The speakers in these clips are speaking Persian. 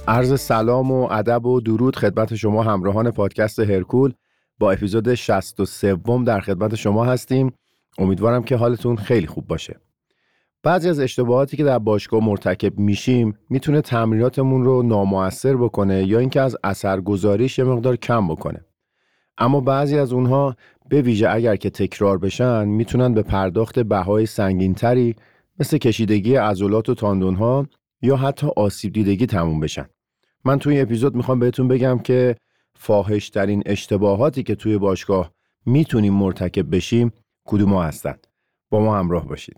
عرض سلام و ادب و درود خدمت شما همراهان پادکست هرکول. با اپیزود 63 در خدمت شما هستیم. امیدوارم که حالتون خیلی خوب باشه. بعضی از اشتباهاتی که در باشگاه مرتکب میشیم میتونه تمریناتمون رو نامؤثر بکنه یا اینکه از اثرگذاریش یه مقدار کم بکنه. اما بعضی از اونها به ویژه اگر که تکرار بشن میتونن به پرداخت بهای سنگین‌تری مثل کشیدگی عضلات و تاندون‌ها یا حتی آسیب دیدگی تموم بشن. من توی این اپیزود میخوام بهتون بگم که فاحش‌ترین اشتباهاتی که توی باشگاه میتونیم مرتکب بشیم کدوم‌ها هستن. با ما همراه باشید.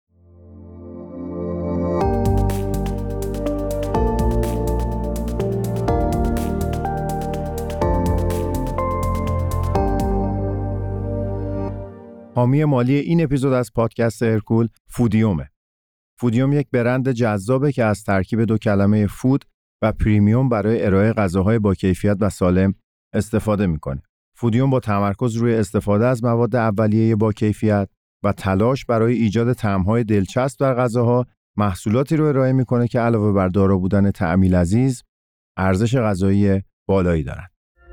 حامی مالی این اپیزود از پادکست هرکول فودیومه. فودیوم یک برند جذابه که از ترکیب دو کلمه فود و پریمیوم برای ارائه غذاهای با کیفیت و سالم استفاده میکنه. فودیوم با تمرکز روی استفاده از مواد اولیه با کیفیت و تلاش برای ایجاد طعم‌های دلچسب در غذاها محصولاتی رو ارائه میکنه که علاوه بر دارا بودن طعمی لذیذ، ارزش غذایی بالایی دارن.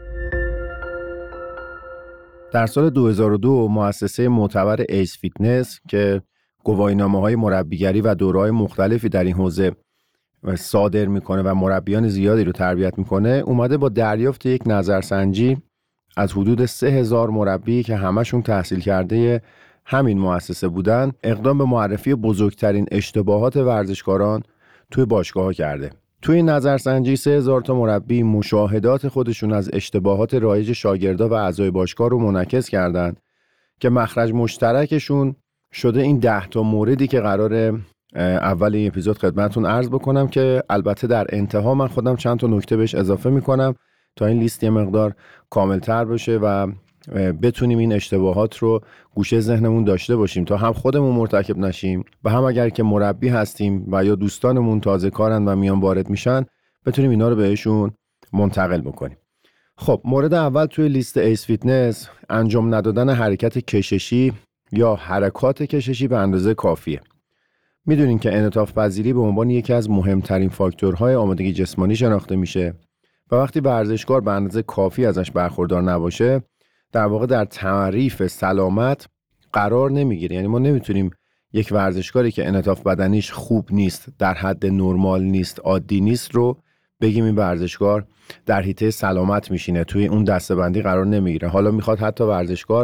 در سال 2002 مؤسسه معتبر ایس فیتنس که گواهینامه‌های مربیگری و دوره‌های مختلفی در این حوزه صادر میکنه و مربیان زیادی رو تربیت میکنه، اومده با دریافت یک نظرسنجی از حدود 3000 مربی که همشون تحصیل کرده همین مؤسسه بودن، اقدام به معرفی بزرگترین اشتباهات ورزشکاران توی باشگاه‌ها کرده. توی این نظرسنجی 3000 تا مربی مشاهدات خودشون از اشتباهات رایج شاگردا و اعضای باشگاه رو منعکس کردن که مخرج مشترکشون شده این 10 تا موردی که قراره اول این اپیزود خدمتتون عرض بکنم که البته در انتها من خودم چند تا نکته بهش اضافه میکنم تا این لیست یه مقدار کاملتر بشه و بتونیم این اشتباهات رو گوشه ذهنمون داشته باشیم تا هم خودمون مرتکب نشیم و هم اگر که مربی هستیم و یا دوستانمون تازه کارن و میان وارد میشن بتونیم اینا رو بهشون منتقل بکنیم. خب مورد اول توی لیست ایس فیتنس انجام ندادن حرکت کششی یا حرکات کششی به اندازه کافیه. میدونین که انعطاف پذیری به عنوان یکی از مهمترین فاکتورهای آمادگی جسمانی شناخته میشه و وقتی ورزشکار به اندازه کافی ازش برخوردار نباشه در واقع در تعریف سلامت قرار نمیگیره. یعنی ما نمیتونیم یک ورزشکاری که انعطاف بدنیش خوب نیست، در حد نرمال نیست، عادی نیست رو بگیم این ورزشکار در حیطه سلامت میشینه، توی اون دسته‌بندی قرار نمیگیره. حالا میخواد حتی ورزشکار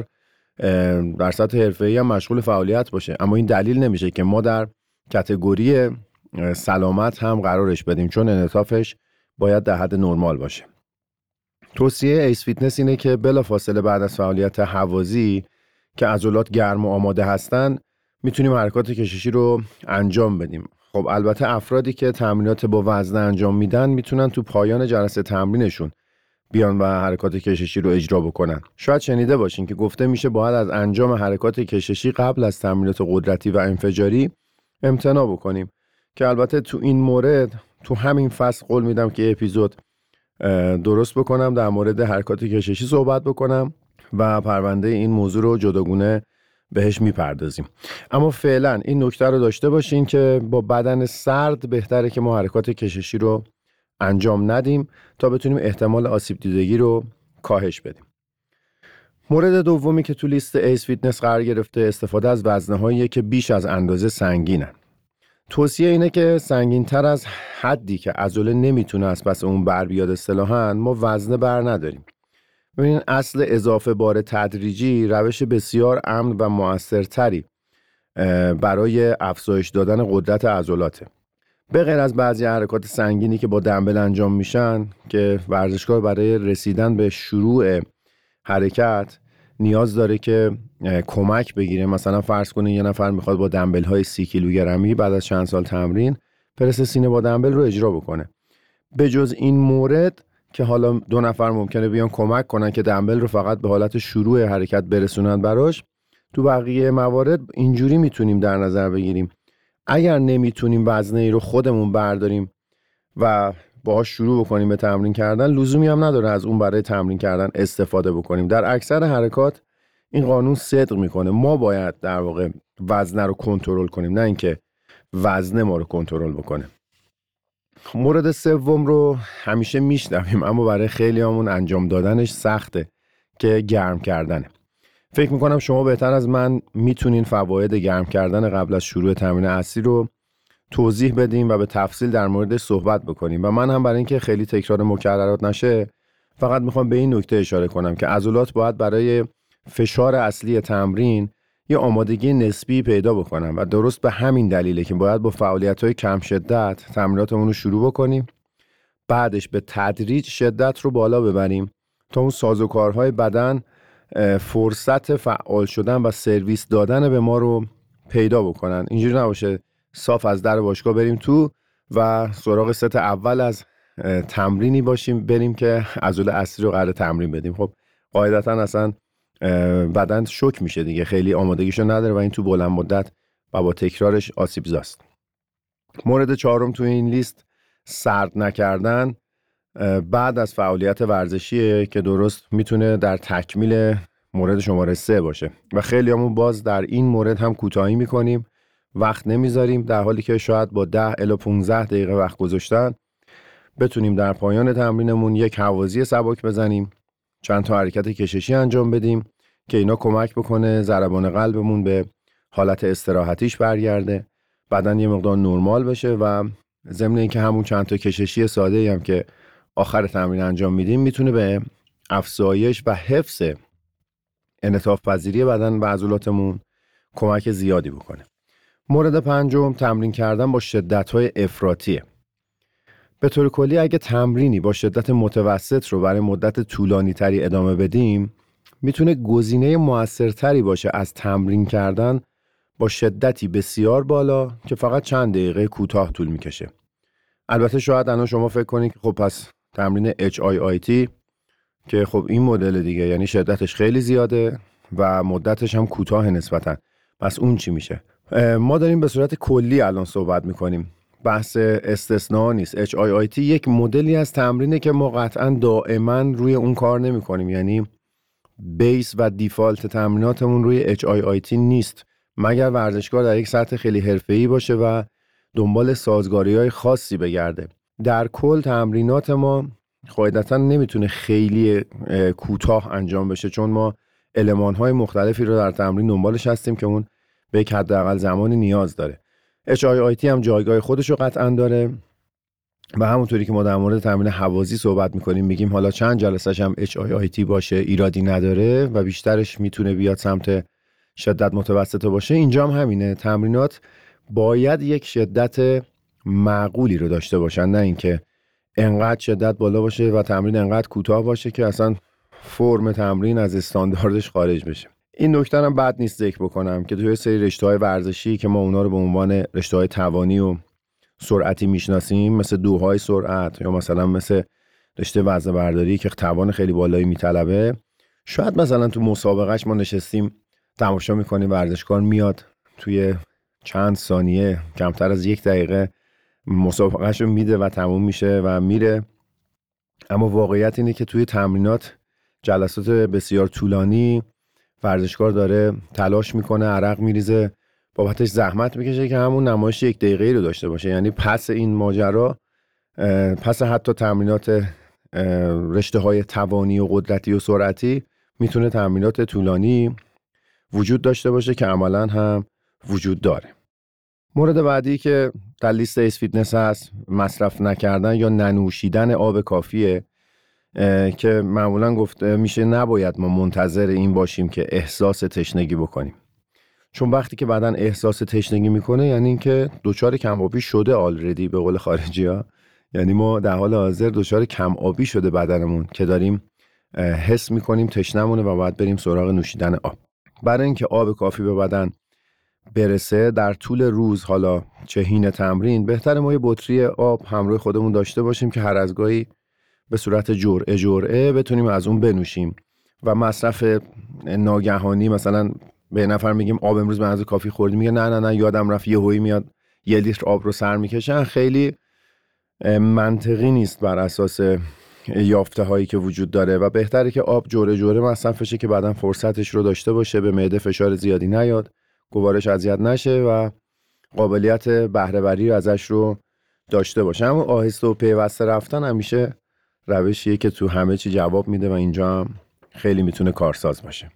در سطح حرفه‌ای هم مشغول فعالیت باشه، اما این دلیل نمیشه که ما در کاتگوری سلامت هم قرارش بدیم، چون انعطافش باید در حد نرمال باشه. توصیه ایس فیتنس اینه که بلافاصله بعد از فعالیت هوازی که عضلات گرم و آماده هستن میتونیم حرکات کششی رو انجام بدیم. خب البته افرادی که تمرینات با وزنه انجام میدن میتونن تو پایان جلسه تمرینشون بیان و حرکات کششی رو اجرا بکنن. شاید شنیده باشین که گفته میشه باید از انجام حرکات کششی قبل از تمرینات قدرتی و انفجاری امتناع بکنیم که البته تو این مورد تو همین فصل قول میدم که اپیزود درست بکنم در مورد حرکات کششی صحبت بکنم و پرونده این موضوع رو جداگونه بهش میپردازیم. اما فعلا این نکته رو داشته باشین که با بدن سرد بهتره که ما حرکات کششی رو انجام ندیم تا بتونیم احتمال آسیب دیدگی رو کاهش بدیم. مورد دومی که تو لیست ایس فیتنس قرار گرفته استفاده از وزنه‌هایی که بیش از اندازه سنگینن. توصیه اینه که سنگین‌تر از حدی که عضله نمیتونه از پس اون بر بیاد اصطلاحاً ما وزنه بر نداریم. ببینین اصل اضافه بار تدریجی روش بسیار امن و مؤثرتری برای افزایش دادن قدرت عضلاته. به غیر از بعضی حرکات سنگینی که با دمبل انجام میشن که ورزشکار برای رسیدن به شروع حرکت نیاز داره که کمک بگیره. مثلا فرض کنین یه نفر میخواد با دمبل های 30 کیلوگرمی بعد از چند سال تمرین پرس سینه با دمبل رو اجرا بکنه. به جز این مورد که حالا 2 نفر ممکنه بیان کمک کنن که دمبل رو فقط به حالت شروع حرکت برسونن براش، تو بقیه موارد اینجوری میتونیم در نظر بگیریم اگر نمیتونیم وزنه رو خودمون برداریم و باهاش شروع بکنیم به تمرین کردن، لزومی هم نداره از اون برای تمرین کردن استفاده بکنیم. در اکثر حرکات این قانون صدق میکنه. ما باید در واقع وزنه رو کنترل کنیم، نه اینکه وزنه ما رو کنترل بکنه. مورد سوم رو همیشه میشنویم اما برای خیلیامون انجام دادنش سخته که گرم کردنه. فکر میکنم شما بهتر از من میتونین فواید گرم کردن قبل از شروع تمرین اصلی رو توضیح بدیم و به تفصیل در موردش صحبت بکنیم و من هم برای اینکه خیلی تکرار مکررات نشه فقط میخوام به این نکته اشاره کنم که عضلات باید برای فشار اصلی تمرین یه آمادگی نسبی پیدا بکنن و درست به همین دلیله که باید با فعالیت‌های کم شدت تمریناتمون رو شروع بکنیم، بعدش به تدریج شدت رو بالا ببریم تا اون سازوکارهای بدن فرصت فعال شدن و سرویس دادن به ما رو پیدا بکنن. اینجوری نباشه صاف از در باشگاه بریم تو و سراغ ست اول از تمرینی باشیم بریم که عضله اصلی رو قرار تمرین بدیم. خب قاعدتا اصلا بدن شوک میشه دیگه، خیلی آمادگیشو نداره و این تو بلند مدت و با تکرارش آسیبزاست. مورد چهارم تو این لیست سرد نکردن بعد از فعالیت ورزشیه که درست میتونه در تکمیل مورد شماره 3 باشه و خیلیامون باز در این مورد هم کوتاهی میکنیم، وقت نمیذاریم، در حالی که شاید با 10 الی 15 دقیقه وقت گذاشتن بتونیم در پایان تمرینمون یک هوازی سبک بزنیم، چند تا حرکت کششی انجام بدیم که اینا کمک بکنه ضربان قلبمون به حالت استراحتیش برگرده، بدن یه مقدار نرمال بشه و ضمن اینکه همون چند تا کششی ساده هم که آخر تمرین انجام میدیم میتونه به افزایش و حفظ انعطاف پذیری بدن و عضلاتمون کمک زیادی بکنه. مورد پنجم تمرین کردن با شدت‌های افراطیه. به طور کلی اگه تمرینی با شدت متوسط رو برای مدت طولانی تری ادامه بدیم میتونه گزینه موثرتری باشه از تمرین کردن با شدتی بسیار بالا که فقط چند دقیقه کوتاه طول میکشه. البته شاید الان شما فکر کنید که خب پس تمرین HIIT که خب این مدل دیگه یعنی شدتش خیلی زیاده و مدتش هم کوتاه نسبتاً، پس اون چی میشه؟ ما داریم به صورت کلی الان صحبت میکنیم، بحث استثناء نیست. HIIT یک مدلی از تمرینه که ما قطعاً دائما روی اون کار نمی کنیم، یعنی بیس و دیفالت تمریناتمون روی HIIT نیست مگر ورزشکار در یک سطح خیلی حرفه‌ای باشه و دنبال سازگاری‌های خاصی بگرده. در کل تمرینات ما قاعدتاً نمیتونه خیلی کوتاه انجام بشه چون ما المان‌های مختلفی رو در تمرین دنبالش هستیم که اون به یک حداقل زمانی نیاز داره. HIIT هم جایگاه خودش رو قطعاً داره و همونطوری که ما در مورد تمرین هوازی صحبت میکنیم میگیم حالا چند جلسه‌ش هم HIIT باشه ایرادی نداره و بیشترش میتونه بیاد سمت شدت متوسطه باشه. اینجا هم همینه، تمرینات باید یک شدت معقولی رو داشته باشن، نه اینکه انقدر شدت بالا باشه و تمرین انقدر کوتاه باشه که اصلا فرم تمرین از استانداردش خارج بشه. این نکته هم بد نیست ذکر بکنم که توی سری رشته‌های ورزشی که ما اونا رو به عنوان رشته‌های توانی و سرعتی میشناسیم، مثل دوهای سرعت یا مثلا مثل رشته وزنه برداری که توان خیلی بالایی میطلبه، شاید مثلا تو مسابقهش ما نشستیم تماشا میکنیم ورزشکار میاد توی چند ثانیه کمتر از 1 دقیقه مسابقهش رو میده و تموم میشه و میره، اما واقعیت اینه که توی تمرینات جلسات بسیار طولانی ورزشکار داره تلاش میکنه، عرق میریزه، بابتش زحمت میکشه که همون نمایش 1 دقیقه‌ای رو داشته باشه. یعنی پس این ماجرا، پس حتی تمرینات رشته‌های توانی و قدرتی و سرعتی میتونه تمرینات طولانی وجود داشته باشه که عملاً هم وجود داره. مورد بعدی که در لیست ایس فیتنس هست مصرف نکردن یا ننوشیدن آب کافیه که معمولاً گفته میشه نباید ما منتظر این باشیم که احساس تشنگی بکنیم، چون وقتی که بدن احساس تشنگی میکنه یعنی اینکه دچار کم آبی شده آلردی به قول خارجی‌ها، یعنی ما در حال حاضر دچار کم آبی شده بدنمون که داریم حس میکنیم تشنمونه و باید بریم سراغ نوشیدن آب. برای اینکه آب کافی به بدن برسه در طول روز، حالا چه حین تمرین، بهتره ما یه بطری آب همراه خودمون داشته باشیم که هر از گاهی به صورت جرعه بتونیم از اون بنوشیم و مصرف ناگهانی مثلا به نفر میگیم آب امروز به اندازه کافی خوردی، میگه نه یادم رفت، یهویی میاد 1 لیتر آب رو سر میکشن، خیلی منطقی نیست بر اساس یافته هایی که وجود داره و بهتره که آب جرعه مصرف بشه که بعدن فرصتش رو داشته باشه، به معده فشار زیادی نیاد، گوارش اذیت نشه و قابلیت بهره وری ازش رو داشته باشه. اما آهسته و پیوسته رفتن همیشه روشیه که تو همه چی جواب میده و اینجا هم خیلی میتونه کارساز باشه.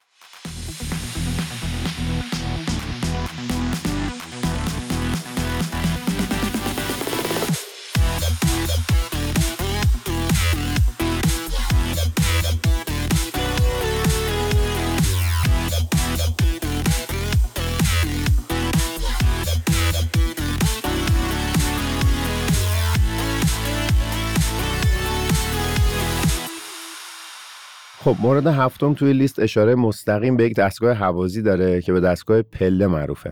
خب مورد هفتم توی لیست اشاره مستقیم به یک دستگاه هوازی داره که به دستگاه پله معروفه،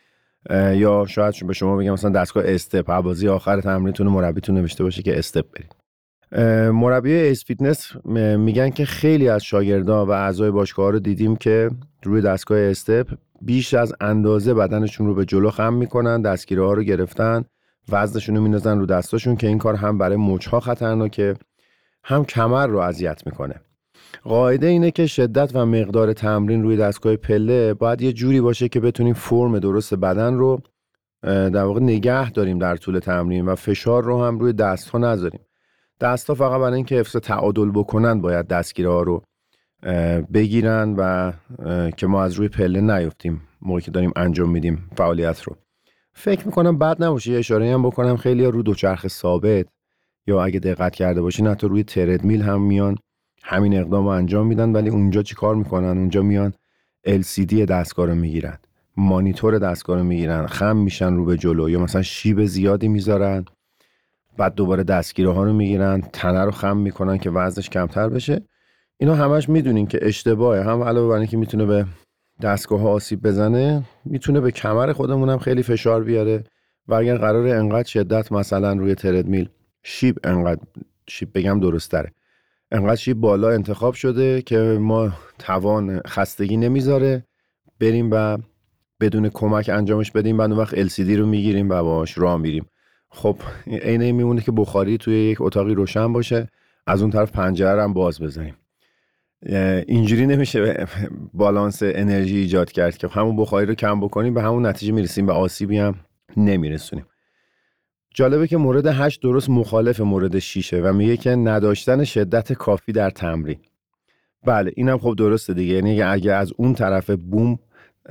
یا شاید به شما بگم مثلا دستگاه استپ. هوازی آخر تمرینتون مربیتون نوشته باشه که استپ برید. مربی ایس فیتنس میگن که خیلی از شاگردان و اعضای باشگاه رو دیدیم که روی دستگاه استپ بیش از اندازه بدنشون رو به جلو خم میکنن، دستگیره ها رو گرفتن، وزنشون رو میندازن رو دستاشون که این کار هم برای مچها خطرناکه، هم کمر رو اذیت میکنه. قاعده اینه که شدت و مقدار تمرین روی دستگاه پله باید یه جوری باشه که بتونیم فرم درست بدن رو در واقع نگه داریم در طول تمرین و فشار رو هم روی دست ها نذاریم. دست ها فقط برای اینکه حفظ تعادل بکنن باید دستگیره ها رو بگیرن و که ما از روی پله نیفتیم موقعی که داریم انجام میدیم فعالیت رو. فکر میکنم بد نباشه یه اشاره هم بکنم، خیلی ها رو دوچرخه ثابت یا اگه دقت کرده باشین حتی روی تردمیل هم میان همین اقدام رو انجام میدن، ولی اونجا چی کار میکنن؟ اونجا میان LCD دستگاه رو میگیرن، مانیتور دستگاه رو میگیرن، خم میشن رو به جلو، یا مثلا شیب زیادی میذارن، بعد دوباره دستگیره ها رو میگیرن، تنه رو خم میکنن که وزنش کمتر بشه. اینا همش میدونین که اشتباهه. هم علاوه بر اینکه میتونه به دستگاه ها آسیب بزنه، میتونه به کمر خودمون هم خیلی فشار بیاره و اگر قراره انقدر شدت مثلا روی تردمیل شیب بگم درست تره، انقدر شیب بالا انتخاب شده که ما توان خستگی نمیذاره بریم و بدون کمک انجامش بدیم، بعد اون وقت LCD رو میگیریم و باهاش راه میریم. خب عین میمونه که بخاری توی یک اتاقی روشن باشه، از اون طرف پنجره رو هم باز بذاریم. اینجوری نمیشه بالانس انرژی ایجاد کرد که همون بخاری رو کم بکنیم به همون نتیجه میرسیم، به آسیبی هم نمیرسونیم. جالبه که مورد 8 درست مخالف مورد 6 و میگه که نداشتن شدت کافی در تمرین. بله اینم خب درسته دیگه، یعنی اگه از اون طرف بوم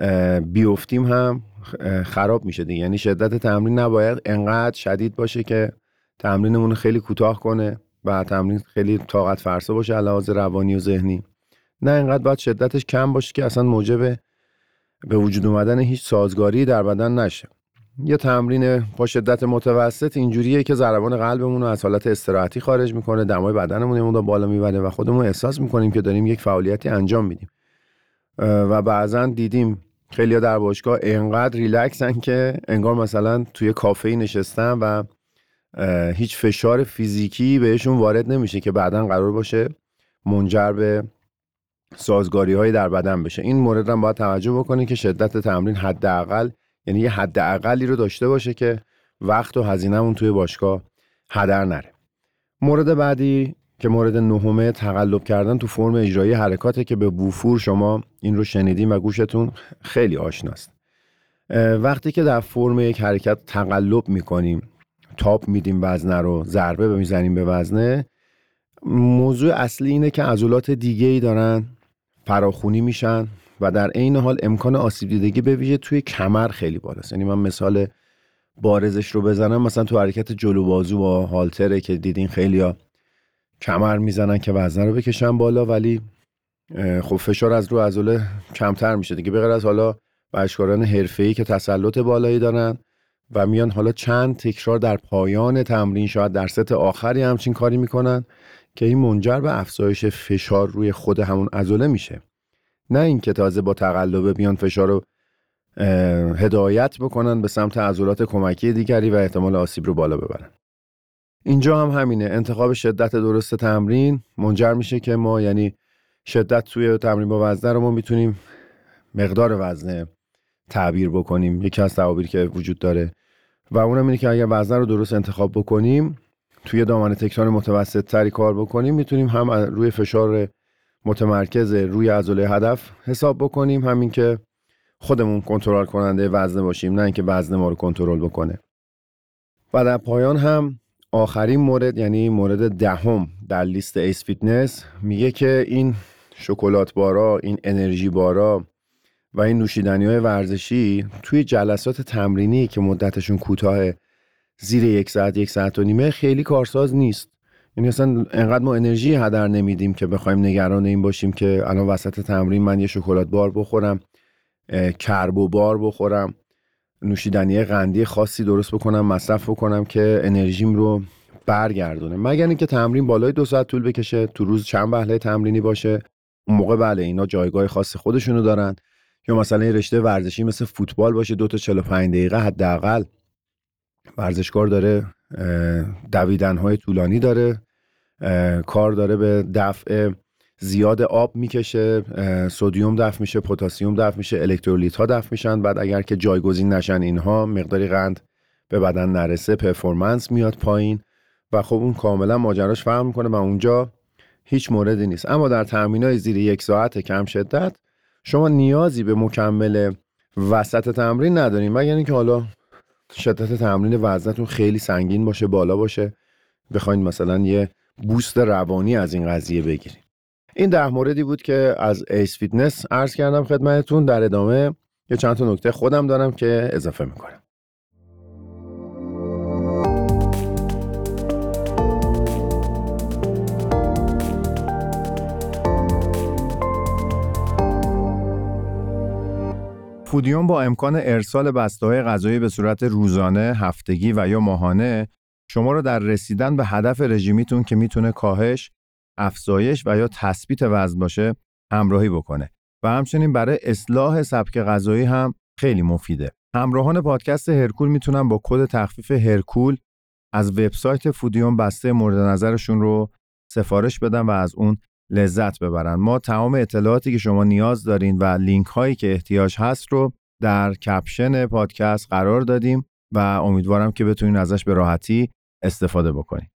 بیفتیم هم خراب میشه دیگه. یعنی شدت تمرین نباید انقدر شدید باشه که تمرینمون خیلی کوتاه کنه و تمرین خیلی طاقت فرسا باشه علاوه روانی و ذهنی. نه، انقدر باید شدتش کم باشه که اصلا موجب به وجود اومدن هیچ سازگاری در بدن نشه. یه تمرین با شدت متوسط اینجوریه که ضربان قلبمون رو از حالت استراحتی خارج میکنه، دمای بدنمون رو بالا میبره و خودمون احساس میکنیم که داریم یک فعالیتی انجام میدیم. و بعضا دیدیم خیلی‌ها در باشگاه انقدر ریلکسن که انگار مثلا توی کافه نشستن و هیچ فشار فیزیکی بهشون وارد نمیشه که بعداً قرار باشه منجر به سازگاری‌های در بدن بشه. این مورد هم باید توجه بکنید که شدت تمرین حداقل، یعنی یه حداقلی رو داشته باشه که وقت و هزینه‌مون توی باشگاه هدر نره. مورد بعدی که مورد 9 تقلب کردن تو فرم اجرایی حرکاته که به وفور شما این رو شنیدین و گوشتون خیلی آشناست. وقتی که در فرم یک حرکت تقلب میکنیم، تاپ میدیم وزنه رو، ضربه میزنیم به وزنه، موضوع اصلی اینه که عضلات دیگه‌ای دارن فراخونی میشن و در عین حال امکان آسیب دیدگی به ویژه توی کمر خیلی بالاست. یعنی من مثال بارزش رو بزنم، مثلا تو حرکت جلو بازو با هالتره که دیدین خیلیا کمر میزنن که وزنه رو بکشن بالا، ولی خب فشار از رو عضله کمتر میشه دیگه، به غیر از حالا ورزشکاران حرفه‌ای که تسلط بالایی دارن و میان حالا چند تکرار در پایان تمرین، شاید در ست آخری همچین کاری میکنن که این منجر به افزایش فشار روی خود همون عضله میشه، نه اینکه تازه با تقلب بیان فشار رو هدایت بکنن به سمت عضلات کمکی دیگری و احتمال آسیب رو بالا ببرن. اینجا هم همینه، انتخاب شدت درست تمرین منجر میشه که ما، یعنی شدت توی تمرین با وزنه رو ما میتونیم مقدار وزنه تعبیر بکنیم، یکی از تعابیری که وجود داره و اونم اینه که اگر وزنه رو درست انتخاب بکنیم، توی دامنه تکرار متوسط تری کار بکنیم، میتونیم هم روی فشار متمرکز روی عضله هدف حساب بکنیم، همین که خودمون کنترل کننده وزنه باشیم، نه اینکه وزنه ما رو کنترل بکنه. و در پایان هم آخرین مورد، یعنی مورد دهم در لیست ایس فیتنس، میگه که این شکلات بارا، این انرژی بارا و این نوشیدنی‌های ورزشی توی جلسات تمرینی که مدتشون کوتاه، زیر 1 ساعت 1 ساعت و نیمه، خیلی کارساز نیست. یعنی اصلا انقدر ما انرژی هدر نمیدیم که بخوایم نگران این باشیم که الان وسط تمرین من یه شکلات بار بخورم، کربو بار بخورم، نوشیدنی قندی خاصی درست بکنم، مصرف بکنم که انرژیم رو برگردونه. مگر اینکه تمرین بالای 2 ساعت طول بکشه، تو روز چند وهله تمرینی باشه، اون موقع بله اینا جایگاه خاص خودشونو دارن. یا مثلا یه رشته ورزشی مثل فوتبال باشه، 2 تا 45 دقیقه حداقل ورزشکار داره دویدن‌های طولانی داره، کار داره به دفع زیاد آب میکشه، سدیم دفع میشه، پتاسیم دفع میشه، الکترولیت ها دفع میشن. بعد اگر که جایگزین نشن اینها، مقداری قند به بدن نرسه، پرفورمنس میاد پایین و خب اون کاملا ماجراش فرق میکنه و اونجا هیچ موردی نیست. اما در تمرینای زیر 1 ساعت کم شدت شما نیازی به مکمل وسط تمرین ندارین، مگر اینکه حالا شدت تمرین وزنتون خیلی سنگین باشه، بالا باشه، بخواید مثلا یه بوست روانی از این قضیه بگیرید. این 10 موردی بود که از ایس فیتنس عرض کردم خدمتتون. در ادامه یه چند تا نکته خودم دارم که اضافه میکنم. فودیوم با امکان ارسال بسته‌های غذایی به صورت روزانه، هفتگی و یا ماهانه شما رو در رسیدن به هدف رژیمیتون که میتونه کاهش، افزایش و یا تثبیت وزن باشه همراهی بکنه و همچنین برای اصلاح سبک غذایی هم خیلی مفیده. همراهان پادکست هرکول میتونن با کد تخفیف هرکول از وبسایت فودیوم بسته مورد نظرشون رو سفارش بدن و از اون لذت ببرن. ما تمام اطلاعاتی که شما نیاز دارین و لینک هایی که احتیاج هست رو در کپشن پادکست قرار دادیم و امیدوارم که بتونین ازش به راحتی استفاده بکنین.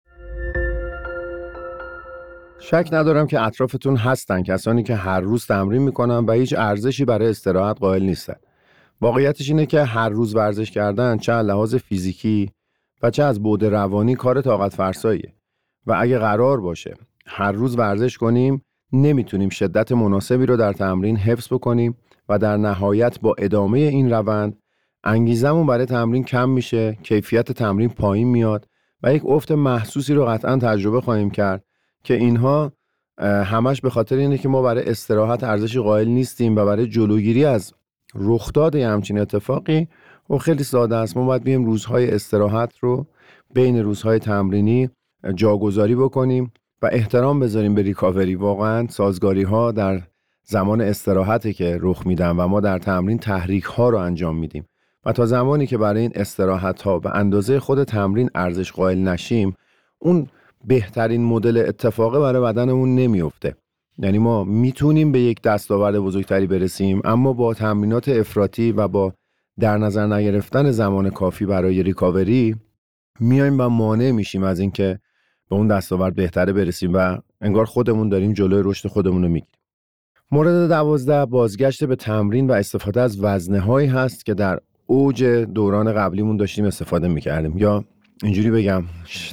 شک ندارم که اطرافتون هستن کسانی که هر روز تمرین میکنن و هیچ ارزشی برای استراحت قائل نیستن. واقعیتش اینه که هر روز ورزش کردن چه از لحاظ فیزیکی و چه از بعد روانی کار طاقت فرساییه و اگه قرار باشه هر روز ورزش کنیم نمیتونیم شدت مناسبی رو در تمرین حفظ بکنیم و در نهایت با ادامه این روند انگیزمون برای تمرین کم میشه، کیفیت تمرین پایین میاد و یک افت محسوسی رو قطعا تجربه خواهیم کرد که اینها همش به خاطر اینه که ما برای استراحت ارزشی قائل نیستیم و برای جلوگیری از رخداد همچین اتفاقی و خیلی ساده است. ما باید بیم روزهای استراحت رو بین روزهای تمرینی جاگذاری بکنیم و احترام بذاریم به ریکاوری. واقعا سازگاری ها در زمان استراحته که رخ میدن و ما در تمرین تحریک ها رو انجام میدیم و تا زمانی که برای این استراحت ها به اندازه خود تمرین ارزش قائل نشیم اون بهترین مدل اتفاقه برای بدنمون نمیفته. یعنی ما میتونیم به یک دستاورد بزرگتری برسیم اما با تمرینات افراطی و با در نظر نگرفتن زمان کافی برای ریکاوری میایم و مانع میشیم از اینکه به اون دستاورد بهتره برسیم و انگار خودمون داریم جلوی رشد خودمون رو میگیریم. مورد 12 بازگشت به تمرین و استفاده از وزنه‌هایی هست که در اوج دوران قبلیمون داشتیم استفاده میکردیم، یا اینجوری بگم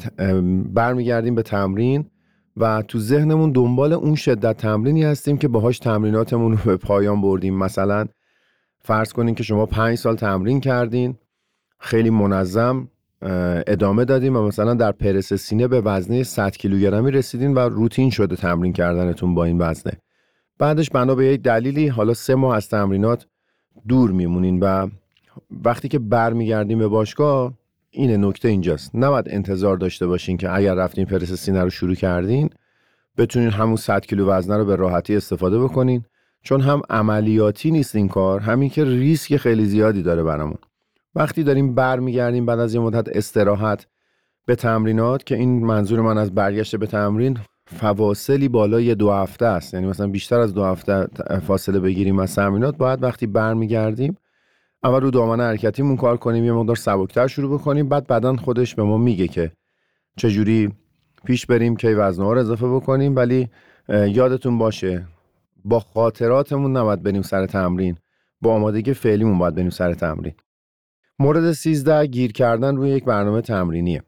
برمیگردیم به تمرین و تو ذهنمون دنبال اون شدت تمرینی هستیم که باهاش تمریناتمون رو به پایان بردیم. مثلا فرض کنین که شما 5 سال تمرین کردین، خیلی منظم ادامه دادیم و مثلا در پرس سینه به وزنه 100 کیلوگرمی رسیدین و روتین شده تمرین کردنتون با این وزنه. بعدش بنا به یک دلیلی حالا 3 ماه از تمرینات دور میمونین و وقتی که برمیگردیم به باشگاه، این نکته اینجاست، نباید انتظار داشته باشین که اگر رفتین پرس سینه رو شروع کردین بتونین همون 100 کیلو وزنه رو به راحتی استفاده بکنین، چون هم عملیاتی نیست این کار، همین که ریسک خیلی زیادی داره برامون. وقتی داریم برمیگردیم بعد از یه مدت استراحت به تمرینات، که این منظور من از برگشت به تمرین فواصلی بالای 2 هفته است، یعنی مثلا بیشتر از 2 هفته فاصله بگیریم از تمرینات، باید وقتی برمیگردیم اول رو دامنه حرکتیمون کار کنیم، یه مقدار سبکتر شروع بکنیم، بعد بدن خودش به ما میگه که چجوری پیش بریم، کی وزن‌ها رو اضافه بکنیم. ولی یادتون باشه با خاطراتمون نباید بریم سر تمرین، با آمادگی فعلیمون باید بریم سر تمرین. مورد 13 گیر کردن روی یک برنامه تمرینیه.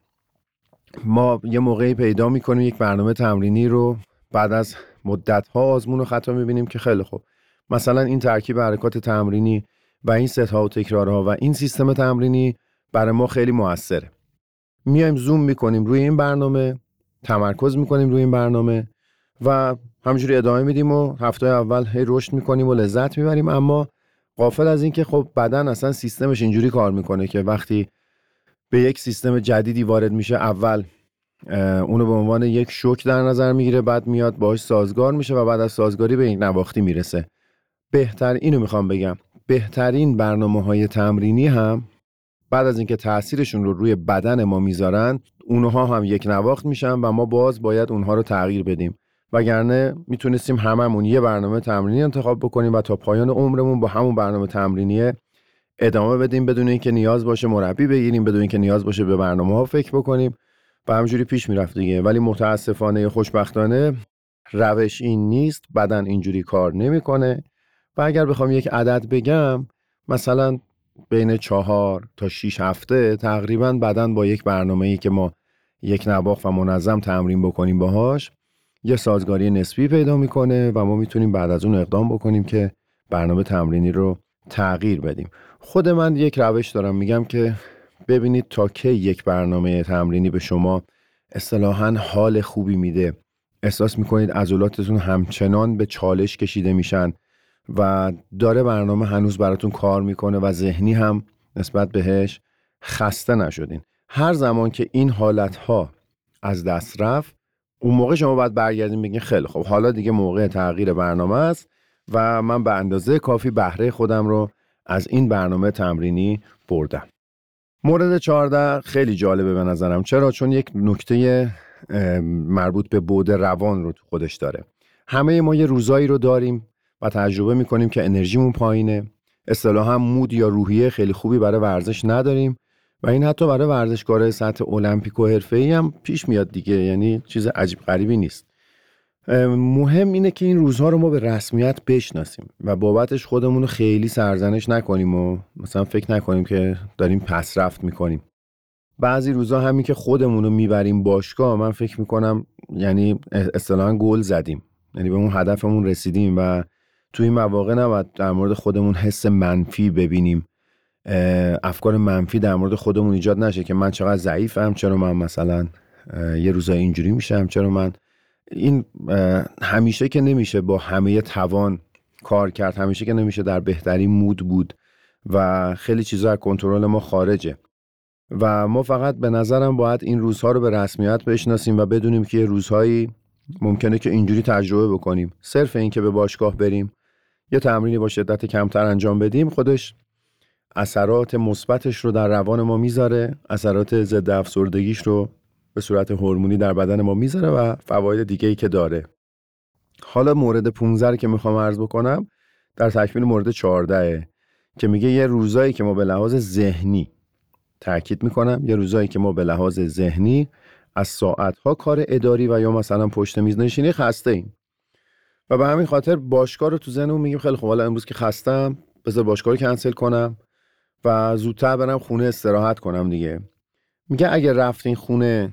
ما یه موقعی پیدا میکنیم یک برنامه تمرینی رو بعد از مدت‌ها آزمون و خطا میبینیم که خیلی خوب، مثلا این ترکیب حرکات تمرینی و این ست‌ها و تکرارها و این سیستم تمرینی برای ما خیلی موثره. میایم زوم میکنیم روی این برنامه، تمرکز میکنیم روی این برنامه و همینجوری ادامه میدیم و هفته اول هی رشد میکنیم و لذت میبریم، اما غافل از این که خب بدن اصلا سیستمش اینجوری کار میکنه که وقتی به یک سیستم جدیدی وارد میشه، اول اونو به عنوان یک شوک در نظر میگیره، بعد میاد باهاش سازگار میشه و بعد از سازگاری به یک نواختی میرسه. اینو میخوام بگم، بهترین برنامه‌های تمرینی هم بعد از اینکه تأثیرشون رو روی بدن ما میذارن، اونها هم یک نواخت میشن و ما باز باید اونها رو تغییر بدیم، وگرنه میتونستیم هممون یه برنامه تمرینی انتخاب بکنیم و تا پایان عمرمون با همون برنامه تمرینی ادامه بدیم بدون اینکه نیاز باشه مربی بگیریم، بدون اینکه نیاز باشه به برنامه‌ها فکر بکنیم و همینجوری پیش میرفت دیگه. ولی متاسفانه یا خوشبختانه روش این نیست، بدن اینجوری کار نمیکنه. و اگر بخوام یک عدد بگم، مثلا بین 4 تا 6 هفته تقریبا بدن با یک برنامه‌ای که ما یک نواخت و منظم تمرین بکنیم باهاش یه سازگاری نسبی پیدا میکنه و ما میتونیم بعد از اون اقدام بکنیم که برنامه تمرینی رو تغییر بدیم. خود من یک روش دارم، میگم که ببینید تا کی یک برنامه تمرینی به شما اصطلاحاً حال خوبی میده، احساس میکنید عضلاتتون همچنان به چالش کشیده میشن و داره برنامه هنوز براتون کار میکنه و ذهنی هم نسبت بهش خسته نشدین. هر زمان که این حالتها از دست رفت، اون موقع شما باید برگردین بگین خیلی خب حالا دیگه موقع تغییر برنامه است و من به اندازه کافی بهره خودم رو از این برنامه تمرینی بردم. مورد 14 خیلی جالبه به نظرم. چرا؟ چون یک نکته مربوط به بعد روان رو تو خودش داره. همه ما یه روزایی رو داریم و تجربه میکنیم که انرژیمون پایینه، اصطلاحاً مود یا روحیه خیلی خوبی برای ورزش نداریم و این حتی برای ورزشکارای سطح المپیک و حرفه‌ای هم پیش میاد دیگه، یعنی چیز عجیب غریبی نیست. مهم اینه که این روزها رو ما به رسمیت بشناسیم و بابتش خودمون رو خیلی سرزنش نکنیم و مثلا فکر نکنیم که داریم پس رفت میکنیم. بعضی روزها همین که خودمون رو میبریم باشگاه، من فکر میکنم یعنی اصطلاحاً گل زدیم، یعنی به اون هدفمون رسیدیم و توی این مواقع نباید در مورد خودمون حس منفی ببینیم، افکار منفی در مورد خودمون ایجاد نشه که من چقدر ضعیفم، چرا من مثلا یه روزا اینجوری میشم، چرا من این همیشه که نمیشه با همه توان کار کرد، همیشه که نمیشه در بهترین مود بود و خیلی چیزا از کنترل ما خارجه و ما فقط به نظرم باید این روزها رو به رسمیت بشناسیم و بدونیم که یه روزهایی ممکنه که اینجوری تجربه بکنیم. صرف این که به باشگاه بریم یه تمرینی با شدت کمتر انجام بدیم خودش اثرات مثبتش رو در روان ما میذاره، اثرات ضد افسردگیش رو به صورت هورمونی در بدن ما میذاره و فواید دیگه‌ای که داره. حالا مورد 15 که میخوام عرض بکنم در تکمیل مورد 14 که میگه یه روزایی که ما به لحاظ ذهنی، تأکید میکنم یه روزایی که ما به لحاظ ذهنی از ساعتها کار اداری و یا مثلا پشت میز نشینی خسته ایم و به همین خاطر باشگاه رو تو ذهنمون میگیم خیلی خب حالا امروز که خستم بذار باشگاه رو کنسل کنم و زودتر برم خونه استراحت کنم دیگه. میگه اگه رفتین خونه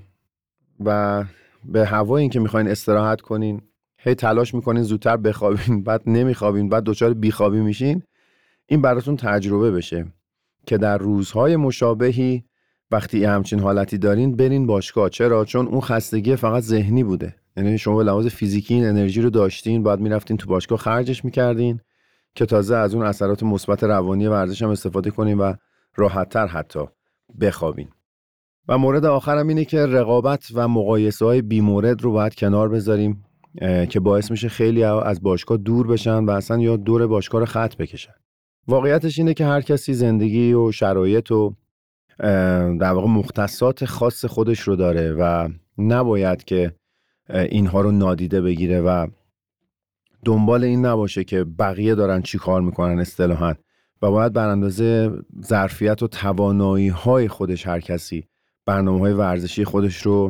و به هوای این که میخواین استراحت کنین هی تلاش میکنین زودتر بخوابین، بعد نمیخوابین، بعد دچار بیخوابی میشین، این براتون تجربه بشه که در روزهای مشابهی وقتی همچین حالتی دارین برین باشگاه. چرا؟ چون اون خستگی فقط ذهنی بوده، یعنی شما به لحاظ فیزیکی این انرژی رو داشتین، بعد میرفتین تو باشگاه خرجش میکردین که تازه از اون اثرات مثبت روانی ورزش هم استفاده کنین و راحت‌تر حتی بخوابین. و مورد آخرم اینه که رقابت و مقایسه‌های بی‌مورد رو باید کنار بذاریم که باعث میشه خیلی از باشگاه دور بشن و اصلا یا دور باشگاه رو خط بکشن. واقعیتش اینه که هر کسی زندگی و شرایط و در واقع مختصات خاص خودش رو داره و نباید که اینها رو نادیده بگیره و دنبال این نباشه که بقیه دارن چی کار میکنن اصطلاحاً، و باید بر اندازه ظرفیت و توانایی‌های خودش هر کسی برنامه‌های ورزشی خودش رو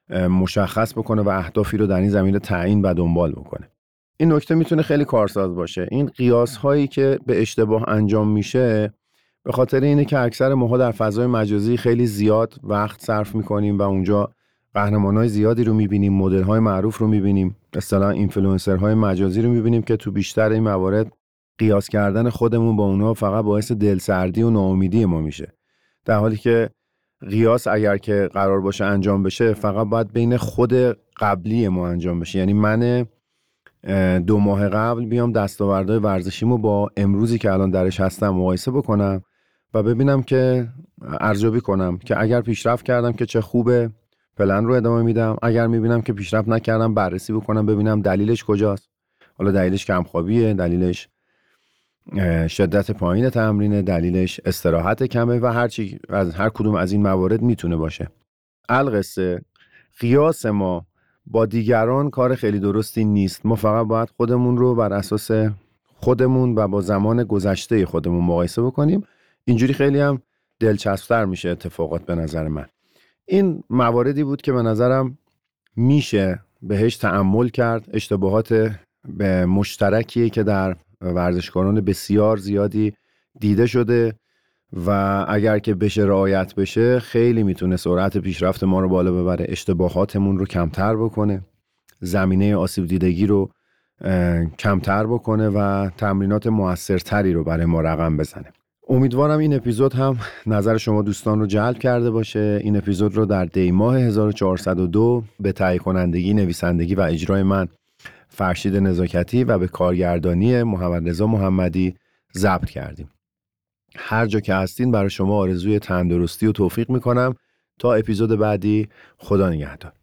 مشخص بکنه و اهدافی رو در این زمینه تعیین و دنبال بکنه. این نکته میتونه خیلی کارساز باشه. این قیاس‌هایی که به اشتباه انجام میشه به خاطر اینه که اکثر ماها در فضای مجازی خیلی زیاد وقت صرف میکنیم و اونجا قهرمانای زیادی رو میبینیم، مدل‌های معروف رو میبینیم، اصطلاحاً اینفلوئنسرهای مجازی رو میبینیم که تو بیشتر این موارد قیاس کردن خودمون با اونها فقط باعث دلسردی و ناامیدی ما میشه. در حالی که قیاس اگر که قرار باشه انجام بشه فقط باید بین خود قبلی ما انجام بشه. یعنی من 2 ماه قبل بیام دستاوردهای ورزشیمو با امروزی که الان درش هستم مقایسه بکنم و ببینم که ارزیابی کنم که اگر پیشرفت کردم که چه خوبه، پلن رو ادامه میدم. اگر میبینم که پیشرفت نکردم بررسی بکنم ببینم دلیلش کجاست. حالا دلیلش کمخوابیه، دلیلش شدت پایین تمرینه، دلیلش استراحت کمه و هرچی از هر کدوم از این موارد میتونه باشه. القصه قیاس ما با دیگران کار خیلی درستی نیست. ما فقط باید خودمون رو بر اساس خودمون و با زمان گذشته خودمون مقایسه بکنیم. اینجوری خیلی هم دلچسب‌تر میشه اتفاقات به نظر من. این مواردی بود که به نظرم میشه بهش تأمل کرد. اشتباهات به مشترکیه که در ورزشکاران بسیار زیادی دیده شده و اگر که بشه رعایت بشه خیلی میتونه سرعت پیشرفت ما رو بالا ببره، اشتباهاتمون رو کمتر بکنه، زمینه آسیب دیدگی رو کمتر بکنه و تمرینات موثرتری رو برای ما رقم بزنه. امیدوارم این اپیزود هم نظر شما دوستان رو جلب کرده باشه. این اپیزود رو در دی ماه 1402 به تهیه کنندگی، نویسندگی و اجرای من فرشید نزاکتی و به کارگردانی محمد رضا محمدی ضبط کردیم. هر جا که هستین برای شما آرزوی تندرستی و توفیق میکنم. تا اپیزود بعدی، خدا نگهدار.